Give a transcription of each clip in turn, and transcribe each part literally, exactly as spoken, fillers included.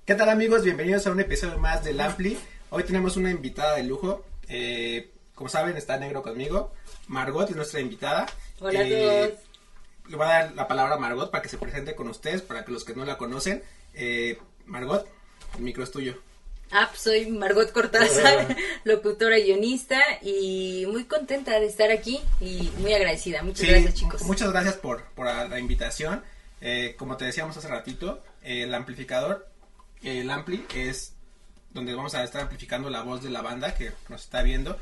¿Qué tal, amigos? Bienvenidos a un episodio más del Ampli. Hoy tenemos una invitada de lujo. Eh, como saben, está Negro conmigo. Margot es nuestra invitada. Hola eh, a todos. Le voy a dar la palabra a Margot para que se presente con ustedes, para que los que no la conocen. Eh, Margot, el micro es tuyo. Ah, pues soy Margot Cortázar, locutora y guionista, y muy contenta de estar aquí y muy agradecida. Muchas Sí, gracias, chicos. Muchas gracias por, por la invitación. Eh, como te decíamos hace ratito, eh, el amplificador, el Ampli, es donde vamos a estar amplificando la voz de la banda que nos está viendo.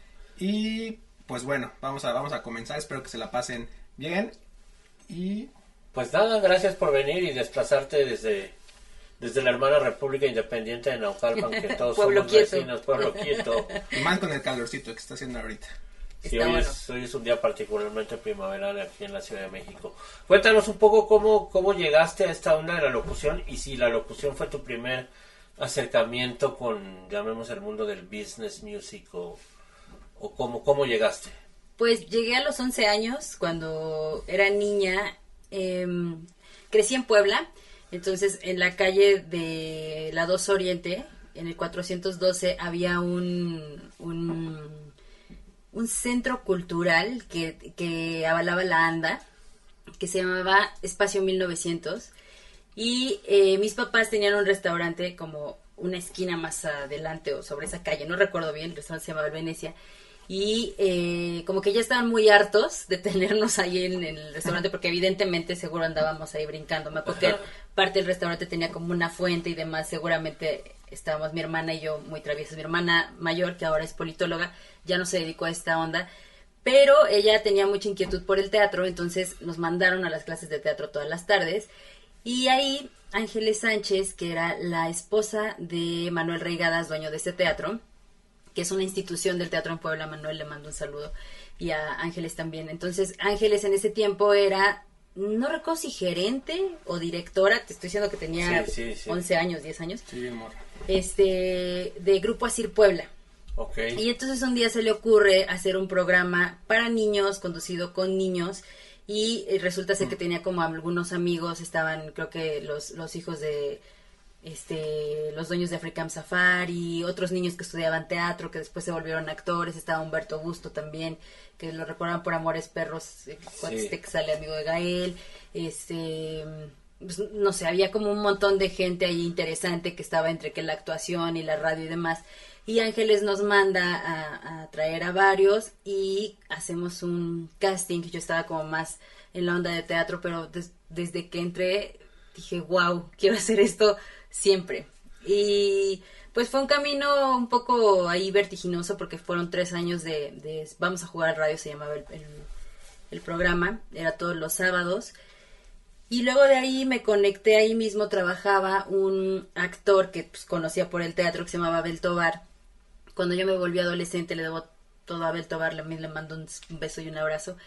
Y pues bueno, vamos a, vamos a comenzar. Espero que se la pasen bien. Y pues nada, gracias por venir y desplazarte desde... Desde la hermana República Independiente de Naucalpan, que todos Pueblo somos quieto. vecinos, pueblo quieto. Y más con el calorcito que está haciendo ahorita. Sí, Está hoy, bueno. es, hoy es un día particularmente primaveral aquí en la Ciudad de México. Cuéntanos un poco cómo, cómo llegaste a esta onda de la locución y si la locución fue tu primer acercamiento con, llamemos, el mundo del business music o, o cómo, cómo llegaste. Pues llegué a los once años, cuando era niña, eh, crecí en Puebla. Entonces, en la calle de la dos Oriente, en el cuatrocientos doce, había un, un, un centro cultural que, que avalaba la ANDA, que se llamaba Espacio mil novecientos, y eh, mis papás tenían un restaurante como una esquina más adelante o sobre esa calle, no recuerdo bien, el restaurante se llamaba el Venecia, y eh, como que ya estaban muy hartos de tenernos ahí en, en el restaurante, porque evidentemente seguro andábamos ahí brincando. Me acuerdo que parte del restaurante tenía como una fuente y demás, seguramente estábamos mi hermana y yo muy traviesas. Mi hermana mayor, que ahora es politóloga, ya no se dedicó a esta onda, pero ella tenía mucha inquietud por el teatro, entonces nos mandaron a las clases de teatro todas las tardes, y ahí Ángeles Sánchez, que era la esposa de Manuel Reigadas, dueño de este teatro, que es una institución del teatro en Puebla. Manuel le mando un saludo, y a Ángeles también. Entonces, Ángeles en ese tiempo era, no recuerdo si gerente o directora, te estoy diciendo que tenía Sí, sí, sí. once años, diez años, Sí, bien morra. este, de Grupo Asir Puebla. Ok. Y entonces un día se le ocurre hacer un programa para niños, conducido con niños, y eh, resulta ser que tenía como algunos amigos, estaban, creo que los, los hijos de... este los dueños de African Safari, otros niños que estudiaban teatro, que después se volvieron actores. Estaba Humberto Busto también, que lo recuerdan por Amores Perros, eh, Sí. que sale amigo de Gael. Este, pues, no sé, había como un montón de gente ahí interesante que estaba entre que la actuación y la radio y demás. Y Ángeles nos manda a, a traer a varios y hacemos un casting. Yo estaba como más en la onda de teatro, pero des, desde que entré dije, wow, quiero hacer esto siempre. Y pues fue un camino un poco ahí vertiginoso, porque fueron tres años de, de Vamos a Jugar al Radio, se llamaba el, el, el programa, era todos los sábados. Y luego de ahí me conecté, ahí mismo trabajaba un actor que pues, conocía por el teatro, que se llamaba Abel Tobar. Cuando yo me volví adolescente le debo todo a Abel Tobar, le, le mando un, un beso y un abrazo.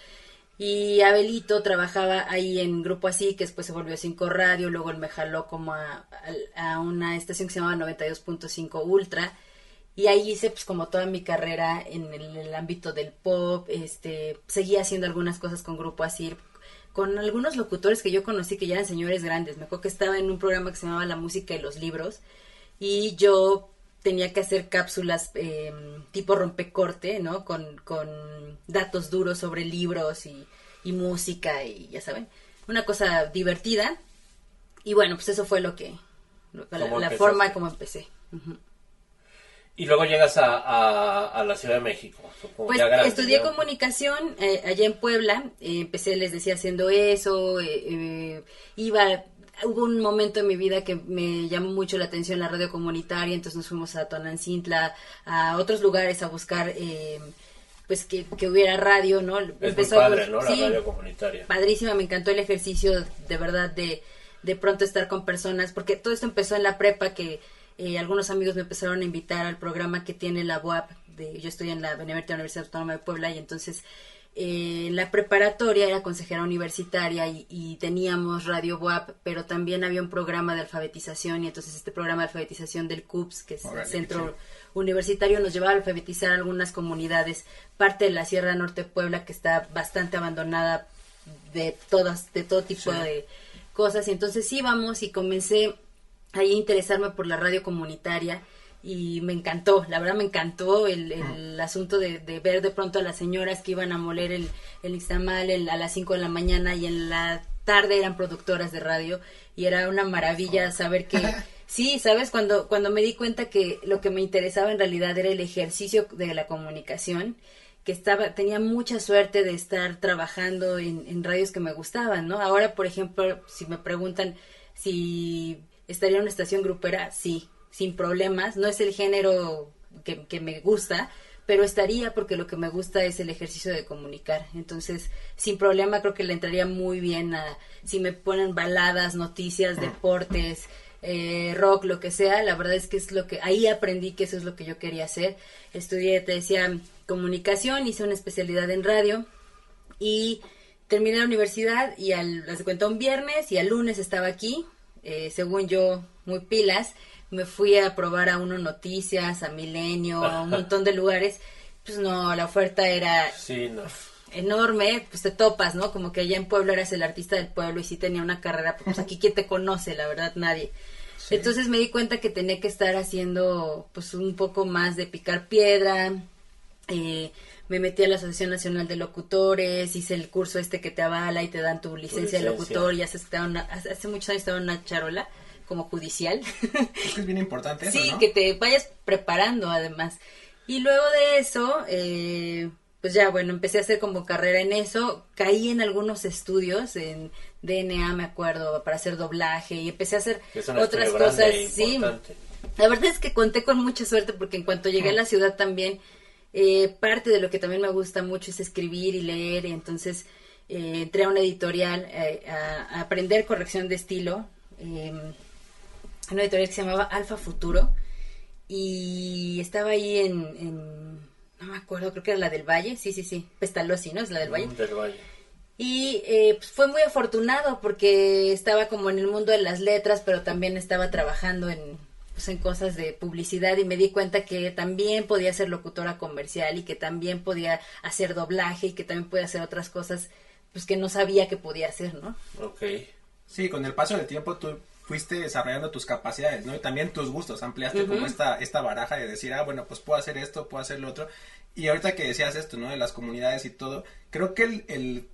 Y Abelito trabajaba ahí en Grupo Así, que después se volvió Cinco Radio, luego él me jaló como a, a, a una estación que se llamaba noventa y dos punto cinco Ultra, y ahí hice pues como toda mi carrera en el, en el ámbito del pop. Este, seguía haciendo algunas cosas con Grupo Así, con algunos locutores que yo conocí que ya eran señores grandes. Me acuerdo que estaba en un programa que se llamaba La Música y los Libros, y yo tenía que hacer cápsulas eh, tipo rompecorte, ¿no? Con, con datos duros sobre libros y, y música, y ya saben, una cosa divertida. Y bueno, pues eso fue lo que, la, la forma como empecé. Uh-huh. Y luego llegas a, a, a la Ciudad de México. Pues ya grande, estudié ya. comunicación eh, allá en Puebla. Eh, empecé, les decía, haciendo eso. Eh, eh, iba... Hubo un momento en mi vida que me llamó mucho la atención la radio comunitaria, entonces nos fuimos a Tonantzintla, a otros lugares a buscar, eh, pues que, que hubiera radio, ¿no? Es Empezó muy padre, a, ¿no? La sí, radio comunitaria. Padrísima, me encantó el ejercicio, de verdad, de, de pronto estar con personas, porque todo esto empezó en la prepa, que eh, algunos amigos me empezaron a invitar al programa que tiene la U A P, de, yo estoy en la Benemérita Universidad Autónoma de Puebla, y entonces... Eh, la preparatoria era consejera universitaria y, y teníamos Radio W A P, pero también había un programa de alfabetización, y entonces este programa de alfabetización del C U P S, que es Órale, el centro sí. universitario, nos llevaba a alfabetizar algunas comunidades, parte de la Sierra Norte de Puebla, que está bastante abandonada de todas, de todo tipo Sí. de cosas. Y entonces íbamos y comencé ahí interesarme por la radio comunitaria y me encantó, la verdad me encantó el, el asunto de, de ver de pronto a las señoras que iban a moler el, el nixtamal el, a las cinco de la mañana y en la tarde eran productoras de radio y era una maravilla saber que sí, sabes, cuando cuando me di cuenta que lo que me interesaba en realidad era el ejercicio de la comunicación, que estaba tenía mucha suerte de estar trabajando en, en radios que me gustaban, ¿no? Ahora, por ejemplo, si me preguntan si estaría en una estación grupera, sí, sin problemas, no es el género que, que me gusta, pero estaría porque lo que me gusta es el ejercicio de comunicar, entonces sin problema creo que le entraría muy bien a, si me ponen baladas, noticias, deportes, eh, rock, lo que sea, la verdad es que es lo que, ahí aprendí que eso es lo que yo quería hacer, estudié, te decía, comunicación, hice una especialidad en radio y terminé la universidad y al, las cuenta un viernes y al lunes estaba aquí, eh, según yo, muy pilas, me fui a probar a Uno Noticias, a Milenio, a un montón de lugares, pues no, la oferta era sí, no. enorme, pues te topas, ¿no? Como que allá en Puebla eras el artista del pueblo y sí tenía una carrera, pues aquí quién te conoce, la verdad, nadie. Sí. Entonces me di cuenta que tenía que estar haciendo pues un poco más de picar piedra, eh, me metí a la Asociación Nacional de Locutores, hice el curso este que te avala y te dan tu licencia, tu licencia. de locutor, y hace, hace muchos años estaba en una charola como judicial. Es que es bien importante eso, sí, ¿no? que te vayas preparando además. Y luego de eso, eh, pues ya, bueno, empecé a hacer como carrera en eso, caí en algunos estudios, en D N A me acuerdo, para hacer doblaje, y empecé a hacer otras cosas, sí. La verdad es que conté con mucha suerte porque en cuanto llegué a la ciudad también, eh, parte de lo que también me gusta mucho es escribir y leer, y entonces eh, entré a una editorial eh, a, a aprender corrección de estilo, eh, una editorial que se llamaba Alfa Futuro, y estaba ahí en, en, no me acuerdo, creo que era la del Valle, sí, sí, sí, Pestalozzi, ¿no? Es la del Valle. Mm, del Valle. Y eh, pues fue muy afortunado porque estaba como en el mundo de las letras, pero también estaba trabajando en, pues, en cosas de publicidad y me di cuenta que también podía ser locutora comercial y que también podía hacer doblaje y que también podía hacer otras cosas pues que no sabía que podía hacer, ¿no? Ok. Sí, con el paso del tiempo tú fuiste desarrollando tus capacidades, ¿no? Y también tus gustos, ampliaste uh-huh. como esta esta baraja de decir, ah, bueno, pues puedo hacer esto, puedo hacer lo otro. Y ahorita que decías esto, ¿no? De las comunidades y todo, creo que el, el,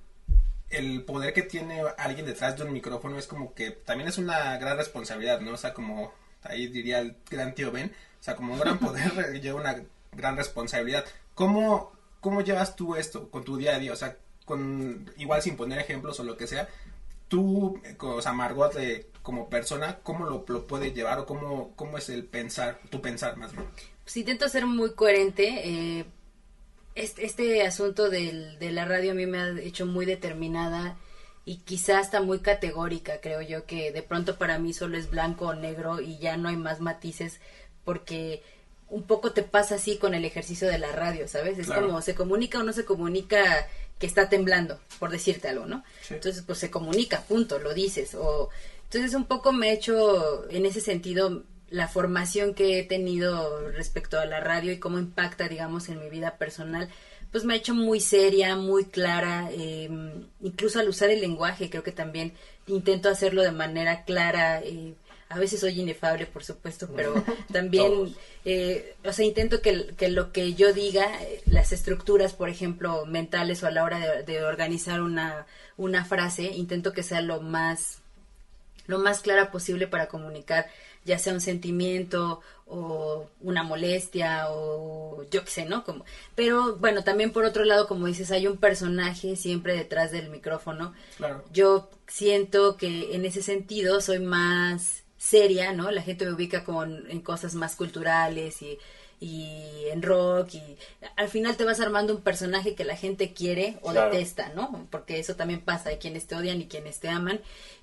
el poder que tiene alguien detrás de un micrófono es como que también es una gran responsabilidad, ¿no? O sea, como ahí diría el gran tío Ben, o sea, como un gran poder lleva una gran responsabilidad. ¿Cómo, cómo llevas tú esto con tu día a día? O sea, con igual sin poner ejemplos o lo que sea, tú, o sea, Margot, eh, como persona, ¿cómo lo, lo puedes llevar o cómo, cómo es el pensar, tu pensar más bien? Pues intento ser muy coherente. Eh, este, este asunto del, de la radio a mí me ha hecho muy determinada y quizá hasta muy categórica, creo yo, que de pronto para mí solo es blanco o negro y ya no hay más matices, porque un poco te pasa así con el ejercicio de la radio, ¿sabes? Es claro. Como se comunica o no se comunica que está temblando, por decirte algo, ¿no? Sí. Entonces, pues se comunica, punto, lo dices. O entonces un poco me he hecho, en ese sentido, la formación que he tenido respecto a la radio y cómo impacta, digamos, en mi vida personal, pues me ha hecho muy seria, muy clara, eh, incluso al usar el lenguaje, creo que también intento hacerlo de manera clara, eh, a veces soy inefable, por supuesto, pero también, eh, o sea, intento que, que lo que yo diga, las estructuras, por ejemplo, mentales o a la hora de, de organizar una, una frase, intento que sea lo más, lo más clara posible para comunicar, ya sea un sentimiento o una molestia o yo qué sé, ¿no? Como, pero bueno, también por otro lado, como dices, hay un personaje siempre detrás del micrófono. Claro. Yo siento que en ese sentido soy más seria, ¿no? La gente me ubica con en cosas más culturales y, y en rock y al final te vas armando un personaje que la gente quiere o claro. detesta, ¿no? Porque eso también pasa, hay quienes te odian y quienes te aman.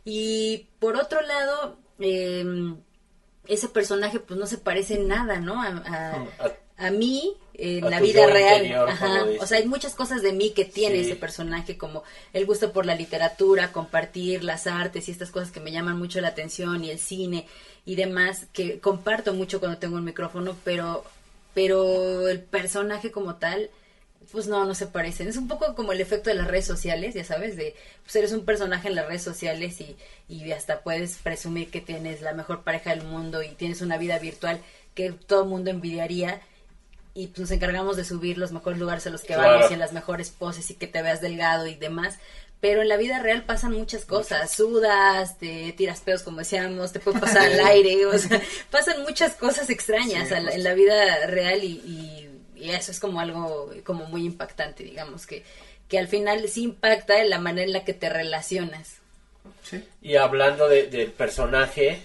Y por otro lado, eh, ese personaje pues no se parece en nada, ¿no? A, a, a, a mí en a la vida real. Interior, ajá. O sea, hay muchas cosas de mí que tiene sí. ese personaje, como el gusto por la literatura, compartir las artes y estas cosas que me llaman mucho la atención y el cine y demás, que comparto mucho cuando tengo un micrófono, pero, pero el personaje como tal pues no, no se parecen. Es un poco como el efecto de las redes sociales, ya sabes, de pues eres un personaje en las redes sociales y, y hasta puedes presumir que tienes la mejor pareja del mundo y tienes una vida virtual que todo el mundo envidiaría, y pues nos encargamos de subir los mejores lugares a los que Claro. vamos y en las mejores poses y que te veas delgado y demás. Pero en la vida real pasan muchas cosas, sudas, te tiras pedos como decíamos, te puede pasar al aire, o sea, pasan muchas cosas extrañas Sí, a la- justo. en la vida real y, y, y eso es como algo como muy impactante, digamos, que, que al final sí impacta en la manera en la que te relacionas. Sí. Y hablando de, del personaje,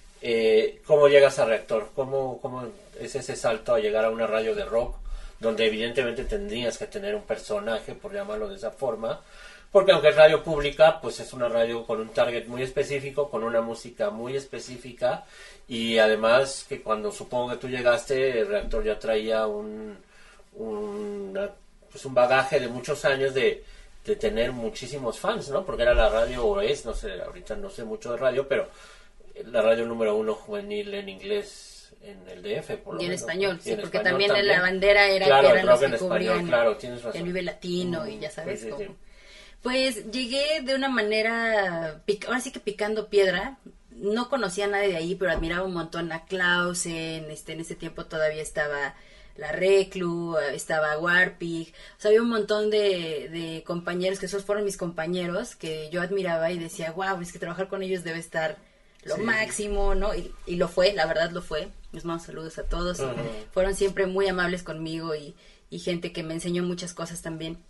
eh, ¿cómo llegas a Reactor? ¿Cómo, ¿Cómo es ese salto a llegar a una radio de rock? Donde evidentemente tendrías que tener un personaje, por llamarlo de esa forma. Porque aunque es radio pública, pues es una radio con un target muy específico, con una música muy específica. Y además que cuando supongo que tú llegaste, el Reactor ya traía un, un, una- pues un bagaje de muchos años de, de tener muchísimos fans, ¿no? Porque era la radio, o es, no sé, ahorita no sé mucho de radio, pero la radio número uno juvenil en inglés en el D F, por lo Y en menos, español, ¿no? sí, Y en porque español también, la bandera era Claro, que el eran rock los que en español, cubrían claro, tienes razón. el Vive Latino y Mm, ya sabes sí, sí, cómo. sí. Pues llegué de una manera, pic- ahora sí que picando piedra. No conocía a nadie de ahí, pero admiraba un montón a Clausen. Este, en ese tiempo todavía estaba la Reclu, estaba Warpig. O sea, había un montón de, de compañeros, que esos fueron mis compañeros, que yo admiraba y decía, wow, es que trabajar con ellos debe estar lo Sí. máximo, ¿no? Y, y lo fue, la verdad lo fue. Les mando saludos a todos. Ujú. Fueron siempre muy amables conmigo y, y gente que me enseñó muchas cosas también.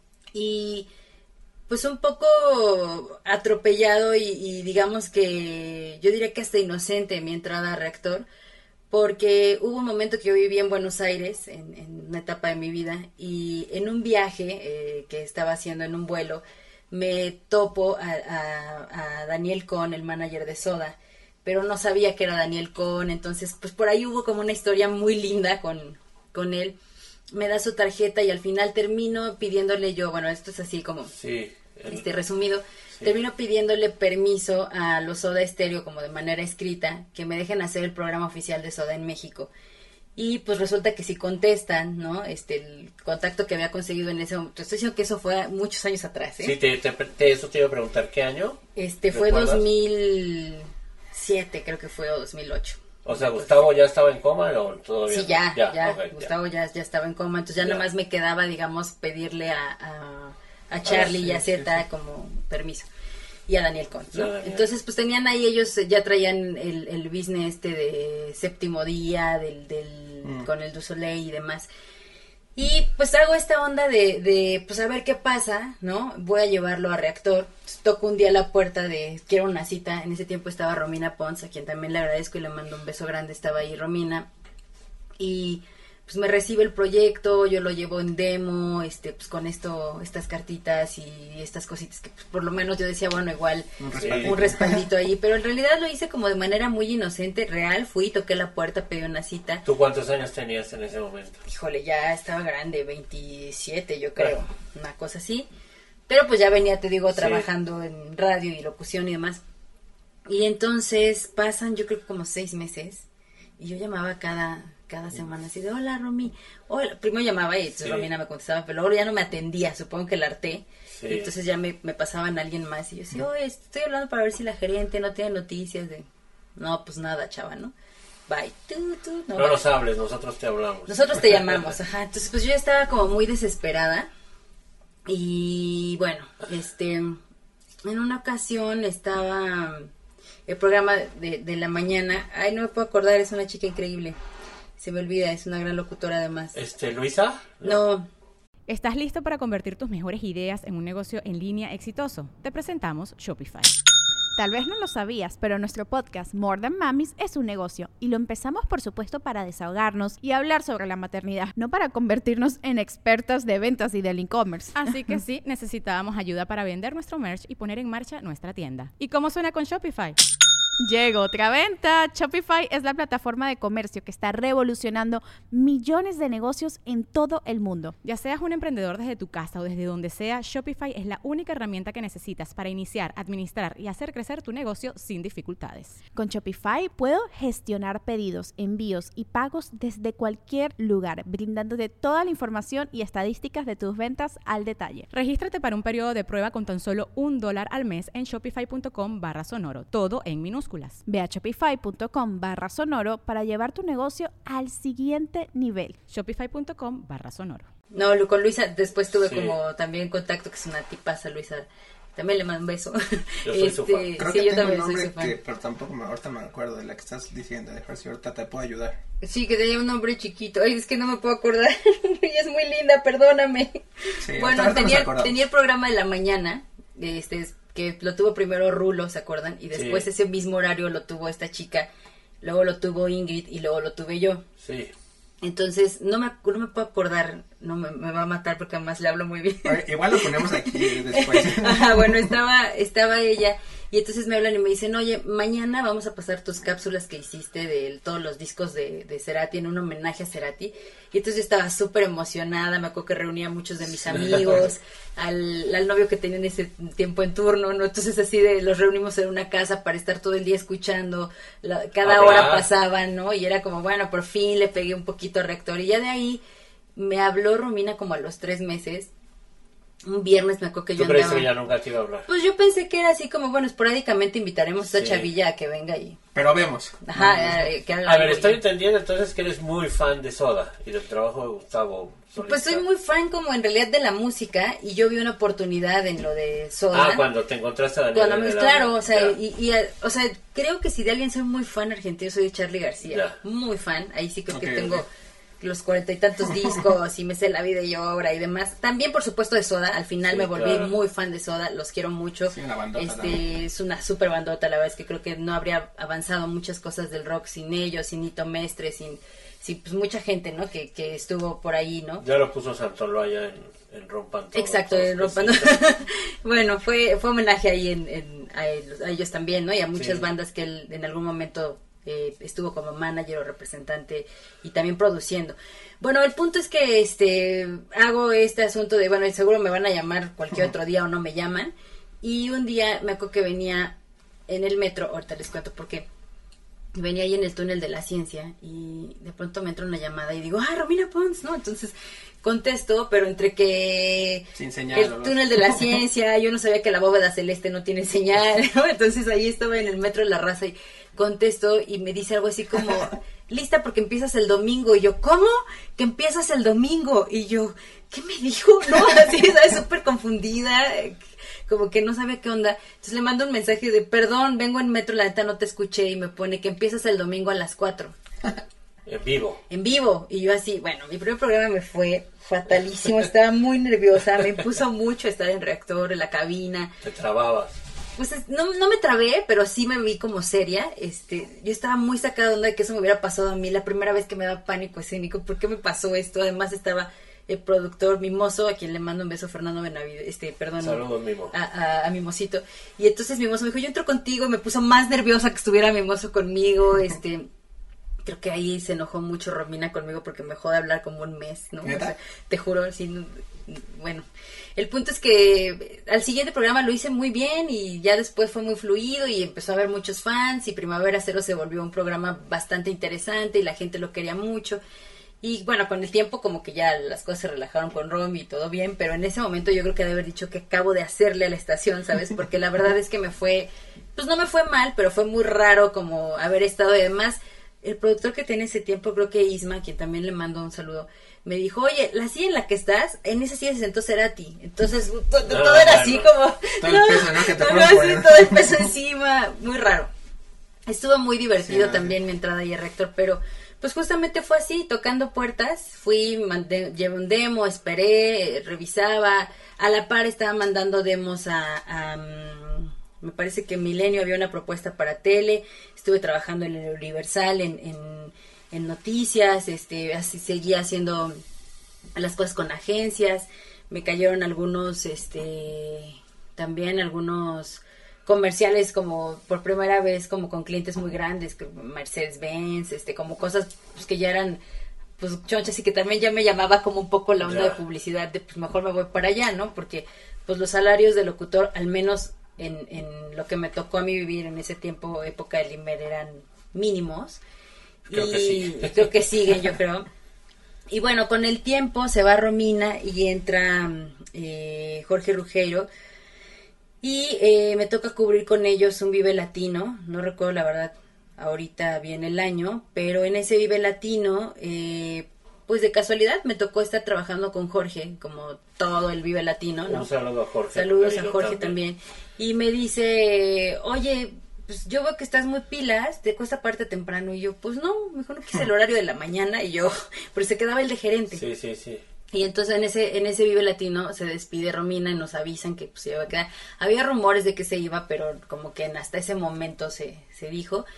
Y pues un poco atropellado y, y digamos que yo diría que hasta inocente mi entrada a Reactor, porque hubo un momento que yo viví en Buenos Aires, en, en una etapa de mi vida, y en un viaje eh, que estaba haciendo en un vuelo, me topo a, a, a Daniel Cohn, el manager de Soda, pero no sabía que era Daniel Cohn, entonces pues por ahí hubo como una historia muy linda con, con él. Me da su tarjeta y al final termino pidiéndole yo, bueno, esto es así como Sí. el- este resumido, Sí. termino pidiéndole permiso a los Soda Stereo como de manera escrita, que me dejen hacer el programa oficial de Soda en México. Y pues resulta que si contestan, ¿no? Este, el contacto que había conseguido en ese momento, te estoy diciendo que eso fue muchos años atrás, ¿eh? Sí, te, te- te- eso te iba a preguntar, ¿qué año? Este, fue ¿Recuerdas? dos mil siete, creo que fue, o dos mil ocho. O sea, ¿Gustavo ya estaba en coma o todavía? Sí, no? ya, ya, ok, Gustavo ya. ya estaba en coma, entonces ya, Ya. nomás me quedaba, digamos, pedirle a, a, a Charlie sí, y a sí, Zeta sí. como permiso, y a Daniel Cohn, Sí, ¿no? a Daniel. Entonces, pues tenían ahí, ellos ya traían el, el business este de Séptimo Día, del, del Mm. con el Du Soleil y demás. Y pues hago esta onda de, de, pues a ver qué pasa, ¿no? Voy a llevarlo a Reactor. Toco un día la puerta de, quiero una cita. En ese tiempo estaba Romina Pons, a quien también le agradezco y le mando un beso grande. Estaba ahí Romina. Y pues me recibe el proyecto, yo lo llevo en demo, este, pues con esto, estas cartitas y estas cositas que pues, por lo menos yo decía, bueno, igual Un Sí. respaldito. un respaldito ahí. Pero en realidad lo hice como de manera muy inocente, real. Fui, toqué la puerta, pedí una cita. ¿Tú cuántos años tenías en ese momento? Híjole, ya estaba grande, veintisiete yo creo, una cosa así. Pero pues ya venía, te digo, Sí. trabajando en radio y locución y demás. Y entonces pasan yo creo que como seis meses y yo llamaba cada, cada semana así de, hola Romy, hola. Primero llamaba y entonces Sí. Romina me contestaba, pero luego ya no me atendía, supongo que la harté. Sí. Y entonces ya me, me pasaban a alguien más y yo decía, oye, estoy hablando para ver si la gerente no tiene noticias de... No, pues nada, chava, ¿no? Bye. Tú, tú, no, No bye. nos hables, nosotros te hablamos. Nosotros te llamamos, ajá. Entonces, pues yo ya estaba como muy desesperada. Y bueno, este, en una ocasión estaba el programa de, de la mañana. Ay, no me puedo acordar, es una chica increíble. Se me olvida, es una gran locutora además. Este, ¿Luisa? No, ¿Estás listo para convertir tus mejores ideas en un negocio en línea exitoso? Te presentamos Shopify. Tal vez no lo sabías, pero nuestro podcast More Than Mamis es un negocio y lo empezamos por supuesto para desahogarnos y hablar sobre la maternidad, no para convertirnos en expertas de ventas y del e-commerce. Así que sí, necesitábamos ayuda para vender nuestro merch y poner en marcha nuestra tienda. ¿Y cómo suena con Shopify? Llegó otra venta. Shopify es la plataforma de comercio que está revolucionando millones de negocios en todo el mundo. Ya seas un emprendedor desde tu casa o desde donde sea, Shopify es la única herramienta que necesitas para iniciar, administrar y hacer crecer tu negocio sin dificultades. Con Shopify puedo gestionar pedidos, envíos y pagos desde cualquier lugar, brindándote toda la información y estadísticas de tus ventas al detalle. Regístrate para un periodo de prueba con tan solo un dólar al mes en shopify.com barra sonoro, todo en minúsculas. Ve a shopify.com barra sonoro para llevar tu negocio al siguiente nivel. Shopify.com barra sonoro. No, con Luisa después tuve Sí. como también contacto, que es una tipaza, Luisa. También le mando un beso. Yo soy su fan. Creo sí, que yo tengo también un soy nombre su fan. que, pero tampoco me, ahorita me acuerdo de la que estás diciendo. Deja ver si ahorita te puedo ayudar. Sí, que tenía un nombre chiquito. Ay, es que no me puedo acordar. Ella es muy linda, perdóname. Sí, Bueno, ahorita nos tenía, acordamos. tenía el programa de la mañana, este, que lo tuvo primero Rulo, ¿se acuerdan? Y después Sí. ese mismo horario lo tuvo esta chica, luego lo tuvo Ingrid y luego lo tuve yo. Sí. Entonces, no me, no me puedo acordar, no me, me va a matar porque además le hablo muy bien. Oye, igual lo ponemos aquí después. Ajá, bueno, estaba, estaba ella y entonces me hablan y me dicen, oye, mañana vamos a pasar tus cápsulas que hiciste de todos los discos de, de Cerati en un homenaje a Cerati. Y entonces yo estaba súper emocionada, me acuerdo que reunía a muchos de mis amigos, al, al novio que tenía en ese tiempo en turno, ¿no? Entonces así de los reunimos en una casa para estar todo el día escuchando, la, cada Hablar. hora pasaban, ¿no? Y era como, bueno, por fin le pegué un poquito al rector y ya de ahí me habló Romina como a los tres meses. Un viernes me acuerdo que ¿Tú yo crees andaba... que ya nunca te iba a hablar? Pues yo pensé que era así como, bueno, esporádicamente invitaremos a esta Sí. chavilla a que venga y... Pero vemos. Ajá, eh, que haga A ver, algo estoy y- entendiendo entonces que eres muy fan de Soda y del trabajo de Gustavo Solista. Pues soy muy fan como en realidad de la música y yo vi una oportunidad en lo de Soda. Ah, cuando te encontraste a Daniel. Cuando me, en el claro, álbum. o sea, Ya. y, y, eh, o sea, creo que si de alguien soy muy fan argentino, soy de Charly García. Ya. Muy fan, ahí sí creo Ok, que tengo ok. los cuarenta y tantos discos y me sé la vida y obra y demás. También, por supuesto, de Soda. Al final Sí, me volví claro. muy fan de Soda, los quiero mucho. Sí, una bandota este también. Es una super bandota, la verdad es que creo que no habría avanzado muchas cosas del rock sin ellos, sin Nito Mestre, sin, sin pues mucha gente, ¿no? Que, que estuvo por ahí, ¿no? Ya lo puso Santoloaya en, en Rompan Todo. Exacto, Todos en Rompando. Besitos. Bueno, fue fue homenaje ahí en, en- a, ellos, a ellos también, ¿no? Y a muchas Sí. bandas que él en algún momento eh, estuvo como manager o representante y también produciendo. Bueno, el punto es que este hago este asunto de, bueno, seguro me van a llamar cualquier otro día o no me llaman. Y un día me acuerdo que venía en el metro, ahorita les cuento por qué. Venía ahí en el túnel de la ciencia y de pronto me entra una llamada y digo, ah, Romina Pons, ¿no? Entonces contesto, pero entre que Sin señal, el ¿no? túnel de la ciencia, yo no sabía que la bóveda celeste no tiene señal, ¿no? Entonces ahí estaba en el metro de la raza y contesto y me dice algo así como, lista porque empiezas el domingo. Y yo, ¿cómo? Que empiezas el domingo. Y yo, ¿qué me dijo? No, así, ¿sabes? Súper confundida, como que no sabía qué onda. Entonces le mando un mensaje de, perdón, vengo en metro, la neta no te escuché, y me pone que empiezas el domingo a las cuatro. En vivo. En vivo. Y yo así, bueno, mi primer programa me fue fatalísimo, estaba muy nerviosa, me impuso mucho estar en reactor, en la cabina. Te trababas. Pues es- no, no me trabé, pero sí me vi como seria. Este, yo estaba muy sacada de onda de que eso me hubiera pasado a mí. La primera vez que me daba pánico escénico, ¿por qué me pasó esto? Además estaba el productor Mimoso, a quien le mando un beso, Fernando Benavides, este, perdón. Saludos, Mimo. A, a, a Mimosito. Y entonces Mimoso me dijo, yo entro contigo, me puso más nerviosa que estuviera Mimoso conmigo, este... Creo que ahí se enojó mucho Romina conmigo porque me dejó de hablar como un mes, ¿no? O ¿Neta? sea, te juro, sí, no- bueno. El punto es que al siguiente programa lo hice muy bien y ya después fue muy fluido y empezó a haber muchos fans y Primavera Cero se volvió un programa bastante interesante y la gente lo quería mucho. Y bueno, con el tiempo como que ya las cosas se relajaron con Romy y todo bien, pero en ese momento yo creo que de haber dicho que acabo de hacerle a la estación, ¿sabes? Porque la verdad es que me fue, pues no me fue mal, pero fue muy raro como haber estado y además... El productor que tenía ese tiempo, creo que Isma, quien también le mando un saludo, me dijo, oye, la silla en la que estás, en esa silla se sentó Cerati. Entonces, to- to- todo No, era bueno. así como... Todo el peso, ¿no? Que te no, ponen así, por ahí. todo el peso encima, muy raro. Estuvo muy divertido Sí, no, también sí. mi entrada ahí a Rector, pero pues justamente fue así, tocando puertas, fui, mandé, llevé un demo, esperé, eh, revisaba, a la par estaba mandando demos a... a, mm, me parece que Milenio había una propuesta para tele, estuve trabajando en el Universal, en, en, en noticias, este, así seguía haciendo las cosas con agencias, me cayeron algunos, este, también algunos comerciales como por primera vez como con clientes muy grandes, Mercedes-Benz, este, como cosas pues, que ya eran pues chonchas y que también ya me llamaba como un poco la onda Ya. de publicidad de pues mejor me voy para allá, ¿no? Porque pues los salarios de locutor, al menos en, en lo que me tocó a mí vivir en ese tiempo, época del Imer, eran mínimos. Creo y que sí. creo que siguen, yo creo. Y bueno, con el tiempo se va Romina y entra eh, Jorge Rugeiro. Y eh, me toca cubrir con ellos un Vive Latino. No recuerdo la verdad ahorita bien el año, pero en ese Vive Latino, eh, pues de casualidad me tocó estar trabajando con Jorge, como todo el Vive Latino, ¿no? Un saludo a Jorge. Saludos a Rugeiro Jorge también. Y me dice, oye, pues yo veo que estás muy pilas, te cuesta parte temprano. Y yo, pues no, mejor no quise el horario de la mañana. Y yo, pero se quedaba el de gerente. Sí, sí, sí. Y entonces en ese en ese Vive Latino se despide Romina y nos avisan que pues, se iba a quedar. Había rumores de que se iba, pero como que hasta ese momento se, se dijo.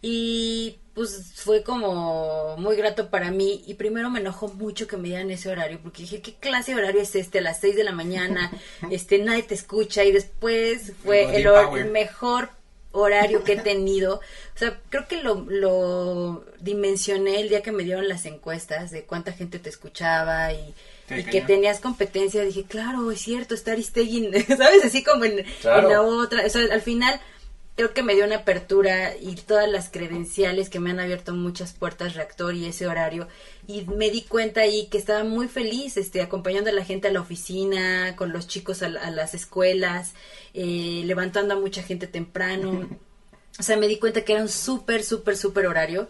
Y pues fue como muy grato para mí. Y primero me enojó mucho que me dieran ese horario, porque dije, ¿qué clase de horario es este? A las seis de la mañana, este nadie te escucha. Y después fue El el, Body hor- Power. el mejor horario que he tenido. O sea, creo que lo, lo dimensioné el día que me dieron las encuestas de cuánta gente te escuchaba y, Sí, y cañón. que tenías competencia. Dije, claro, es cierto, está Aristegui, ¿sabes? Así como en, Claro. en la otra. O sea, al final creo que me dio una apertura y todas las credenciales que me han abierto muchas puertas Reactor y ese horario. Y me di cuenta ahí que estaba muy feliz este, acompañando a la gente a la oficina, con los chicos a, la- a las escuelas, eh, levantando a mucha gente temprano. O sea, me di cuenta que era un súper, súper, súper horario.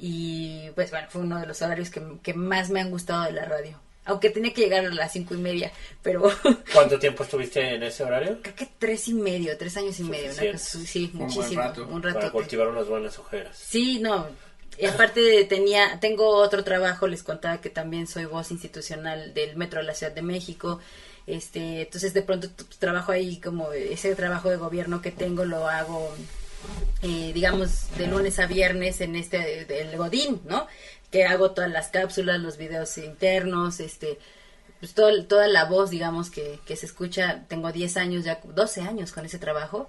Y pues bueno, fue uno de los horarios que, que más me han gustado de la radio. Aunque tenía que llegar a las cinco y media, pero ¿Cuánto tiempo estuviste en ese horario? creo que tres y medio, tres años y medio. Una cosa- Suficiente. sí, Un buen muchísimo. rato. Un Para rato. cultivar unas buenas ojeras. Sí, no. Y aparte tenía, tengo otro trabajo, les contaba que también soy voz institucional del Metro de la Ciudad de México. Este, entonces de pronto t- trabajo ahí como ese trabajo de gobierno que tengo lo hago eh, digamos de lunes a viernes en este del Godín, ¿no? Que hago todas las cápsulas, los videos internos, este pues todo, toda la voz, digamos, que, que se escucha. Tengo diez años, ya doce años con ese trabajo.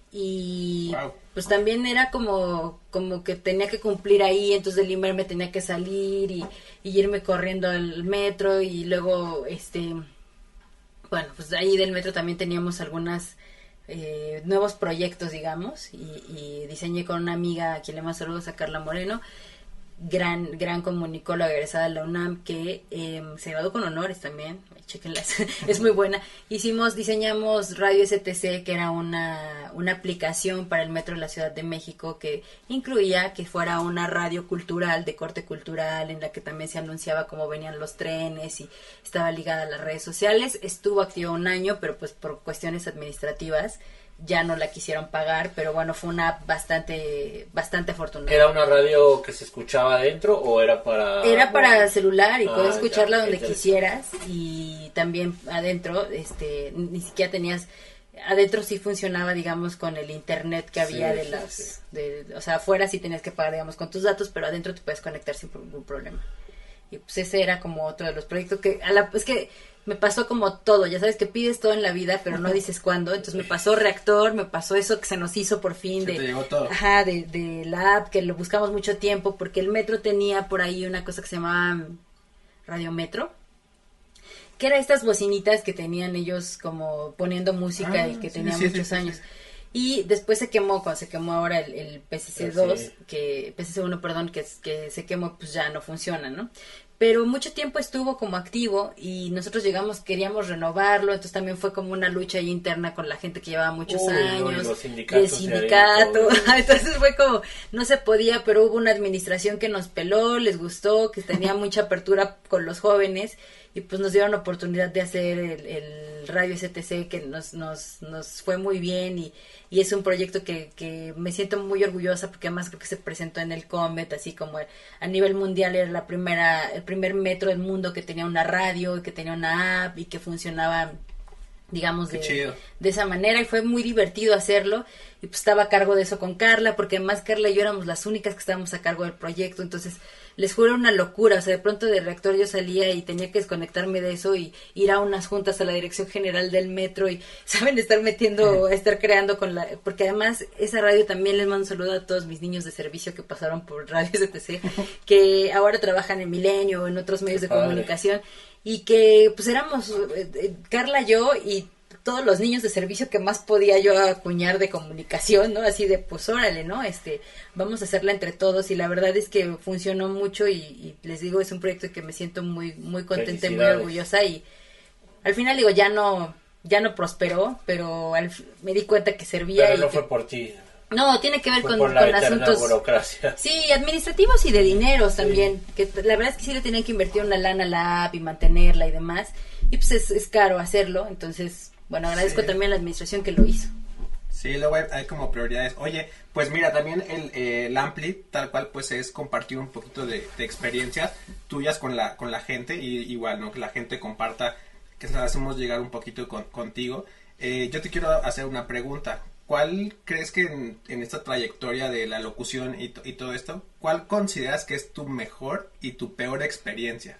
Y Wow. pues también era como como que tenía que cumplir ahí, entonces del Imer me tenía que salir y, y irme corriendo al metro y luego, este, bueno, pues ahí del metro también teníamos algunas eh, nuevos proyectos, digamos, y, y diseñé con una amiga a quien le mando saludos, a Carla Moreno, gran gran comunicóloga egresada de la UNAM que eh, se graduó con honores también, chequenlas, es muy buena. Hicimos, diseñamos Radio S T C, que era una, una aplicación para el metro de la Ciudad de México que incluía que fuera una radio cultural, de corte cultural, en la que también se anunciaba cómo venían los trenes y estaba ligada a las redes sociales. Estuvo activa un año, pero pues por cuestiones administrativas ya no la quisieron pagar, pero bueno, fue una app bastante, bastante afortunada. ¿Era una radio que se escuchaba adentro o era para...? Era para bueno, celular y Ah, podías escucharla ya, donde interesante. quisieras, y también adentro, este, ni siquiera tenías, adentro sí funcionaba, digamos, con el internet que había Sí, de sí, las, sí. de, o sea, afuera sí tenías que pagar, digamos, con tus datos, pero adentro te puedes conectar sin ningún problema. Y pues ese era como otro de los proyectos que, a la, es que me pasó como todo, ya sabes que pides todo en la vida, pero no dices cuándo. Entonces me pasó Reactor, me pasó eso que se nos hizo por fin Se de, te llegó todo. ajá, de, de la app, que lo buscamos mucho tiempo, porque el metro tenía por ahí una cosa que se llamaba mm, Radio Metro, que era estas bocinitas que tenían ellos como poniendo música Ah, y que sí, tenía sí, sí, muchos sí, sí. años. Y después se quemó, cuando se quemó ahora el, el P C C dos, Sí. que P C C uno, perdón, que, que se quemó, pues ya no funciona, ¿no? Pero mucho tiempo estuvo como activo y nosotros llegamos, queríamos renovarlo, entonces también fue como una lucha ahí interna con la gente que llevaba muchos Uy, no, y años, los sindicatos y el de sindicato, adentro. entonces fue como, no se podía, pero hubo una administración que nos peló, les gustó, que tenía mucha apertura con los jóvenes, y pues nos dieron la oportunidad de hacer el, el Radio S T C, que nos, nos, nos fue muy bien, y, y es un proyecto que, que me siento muy orgullosa, porque además creo que se presentó en el Comet, así como a nivel mundial era la primera, el primer metro del mundo que tenía una radio, y que tenía una app, y que funcionaba digamos, Qué de, chido. de esa manera, y fue muy divertido hacerlo, y pues estaba a cargo de eso con Carla, porque además Carla y yo éramos las únicas que estábamos a cargo del proyecto, entonces les juro una locura, o sea, de pronto del reactor yo salía y tenía que desconectarme de eso y ir a unas juntas a la dirección general del metro y, saben, estar metiendo, estar creando con la, porque además esa radio también les mando un saludo a todos mis niños de servicio que pasaron por Radio C T C, que ahora trabajan en Milenio o en otros medios de Padre. comunicación, y que pues éramos eh, eh, Carla, yo y todos los niños de servicio que más podía yo acuñar de comunicación, ¿no? Así de, pues órale, ¿no? Este, vamos a hacerla entre todos, y la verdad es que funcionó mucho, y, y les digo, es un proyecto que me siento muy muy contenta y muy orgullosa, y al final digo, ya no ya no prosperó, pero al, me di cuenta que servía. Pero y no que, fue por ti. no, tiene que ver fue con, por la con eterna asuntos burocracia. sí, administrativos y de dineros también, que la verdad es que sí le tenían que invertir una lana a la app y mantenerla y demás, y pues es, es caro hacerlo, entonces, bueno, agradezco Sí. también a la administración que lo hizo. Sí, luego hay, hay como prioridades. Oye, pues mira, también el, eh, el Ampli, tal cual, pues es compartir un poquito de, de experiencias tuyas con la con la gente, y igual, ¿no? Que la gente comparta, que se las hacemos llegar un poquito con, contigo. Eh, yo te quiero hacer una pregunta. ¿Cuál crees que en, en esta trayectoria de la locución y, to- y todo esto, cuál consideras que es tu mejor y tu peor experiencia?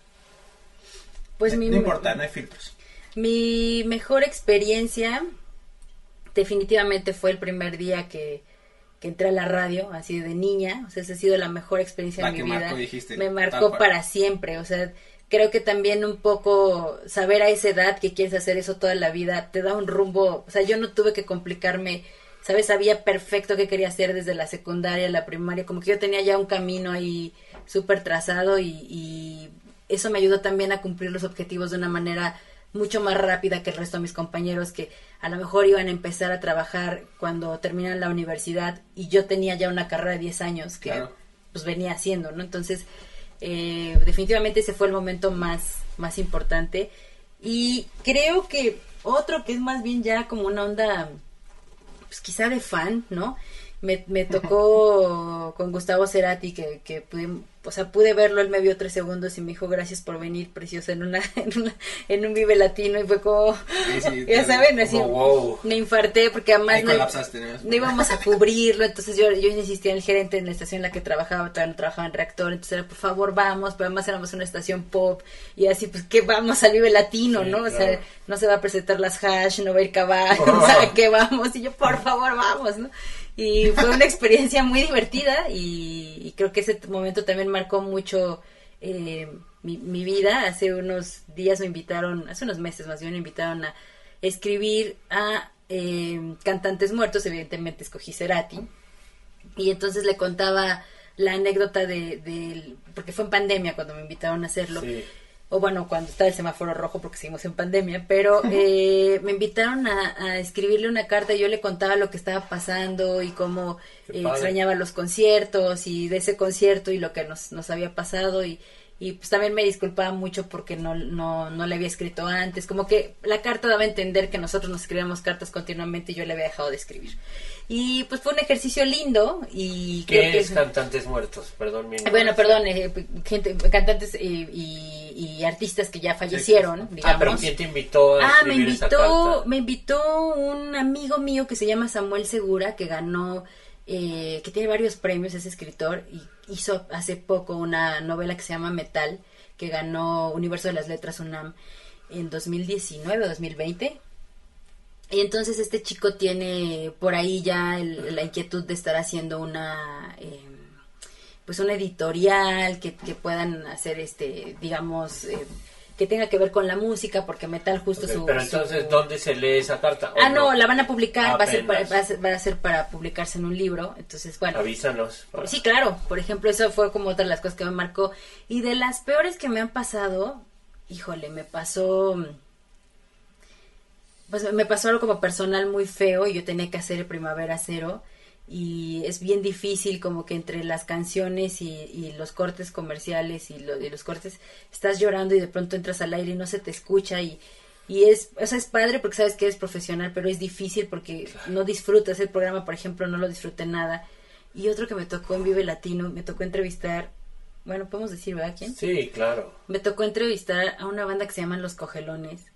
Pues no, mi, no importa, no hay filtros. mi mejor experiencia definitivamente fue el primer día que, que entré a la radio, así de niña, o sea, esa ha sido la mejor experiencia La de que mi vida. marcó, dijiste, me tal marcó cual. para siempre, o sea, creo que también un poco saber a esa edad que quieres hacer eso toda la vida, te da un rumbo, o sea, yo no tuve que complicarme, ¿sabes? Sabía perfecto qué quería hacer desde la secundaria, la primaria, como que yo tenía ya un camino ahí súper trazado, y, y eso me ayudó también a cumplir los objetivos de una manera mucho más rápida que el resto de mis compañeros, que a lo mejor iban a empezar a trabajar cuando terminan la universidad, y yo tenía ya una carrera de diez años que Claro. pues venía haciendo, ¿no? Entonces, eh, definitivamente ese fue el momento más, más importante. Y creo que otro que es más bien ya como una onda, pues quizá de fan, ¿no? Me, me tocó con Gustavo Cerati, que, que pude, o sea, pude verlo, él me vio tres segundos y me dijo, gracias por venir, preciosa, en una, en una, en un Vive Latino, y fue como, Sí, sí, ya claro. saben, así, Como, wow. me infarté, porque además Ahí no, colapsaste, ¿no? no íbamos a cubrirlo, entonces yo, yo insistía en el gerente en la estación en la que trabajaba, todavía no trabajaba en Reactor, entonces era, por favor, vamos, pero además éramos una estación pop, y así, pues, que vamos al Vive Latino, Sí, ¿no? O claro. sea, no se va a presentar las hash, no va a ir caballo, Oh. o sea, que vamos, y yo, por favor, vamos, ¿no? Y fue una experiencia muy divertida, y, y creo que ese momento también marcó mucho eh, mi, mi vida. Hace unos días me invitaron, hace unos meses más bien me invitaron a escribir a eh, cantantes muertos, evidentemente escogí Cerati, y entonces le contaba la anécdota de, de, porque fue en pandemia cuando me invitaron a hacerlo, Sí. o bueno, cuando estaba el semáforo rojo, porque seguimos en pandemia, pero eh, me invitaron a, a escribirle una carta, y yo le contaba lo que estaba pasando y cómo Qué eh, padre. extrañaba los conciertos y de ese concierto y lo que nos, nos había pasado, y, y pues también me disculpaba mucho porque no, no, no le había escrito antes, como que la carta daba a entender que nosotros nos escribíamos cartas continuamente y yo le había dejado de escribir. Y pues fue un ejercicio lindo, y creo ¿Qué que es Cantantes Muertos? Perdón, mi bueno, ignorancia. perdón, eh, gente, cantantes eh, y, y artistas que ya fallecieron, digamos. Ah, pero ¿quién te invitó a Ah, me escribir esa invitó, carta? me invitó un amigo mío que se llama Samuel Segura, que ganó, eh, que tiene varios premios, es escritor, y hizo hace poco una novela que se llama Metal, que ganó Universo de las Letras UNAM en dos mil diecinueve o dos mil veinte. Y entonces este chico tiene por ahí ya el- la inquietud de estar haciendo una, eh, pues una editorial que, que puedan hacer, este, digamos, eh, que tenga que ver con la música, porque Metal justo Ok, su... pero su- entonces, ¿dónde se lee esa carta? ¿O Ah, no, la van a publicar, va a, ser para, Apenas. va, a ser, va a ser para publicarse en un libro, entonces, bueno. Avísanos. para- Sí, claro, por ejemplo, eso fue como otra de las cosas que me marcó. Y de las peores que me han pasado, híjole, me pasó... Pues me pasó algo como personal muy feo, y yo tenía que hacer el Primavera Cero, y es bien difícil como que entre las canciones y, y los cortes comerciales y, lo- y los cortes estás llorando, y de pronto entras al aire y no se te escucha, y, y es, o sea, es padre porque sabes que eres profesional, pero es difícil porque no disfrutas el programa, por ejemplo, no lo disfruté nada. Y otro que me tocó en Vive Latino, me tocó entrevistar, bueno, podemos decir, ¿verdad? ¿Quién? Sí, claro. Me tocó entrevistar a una banda que se llaman Los Cogelones,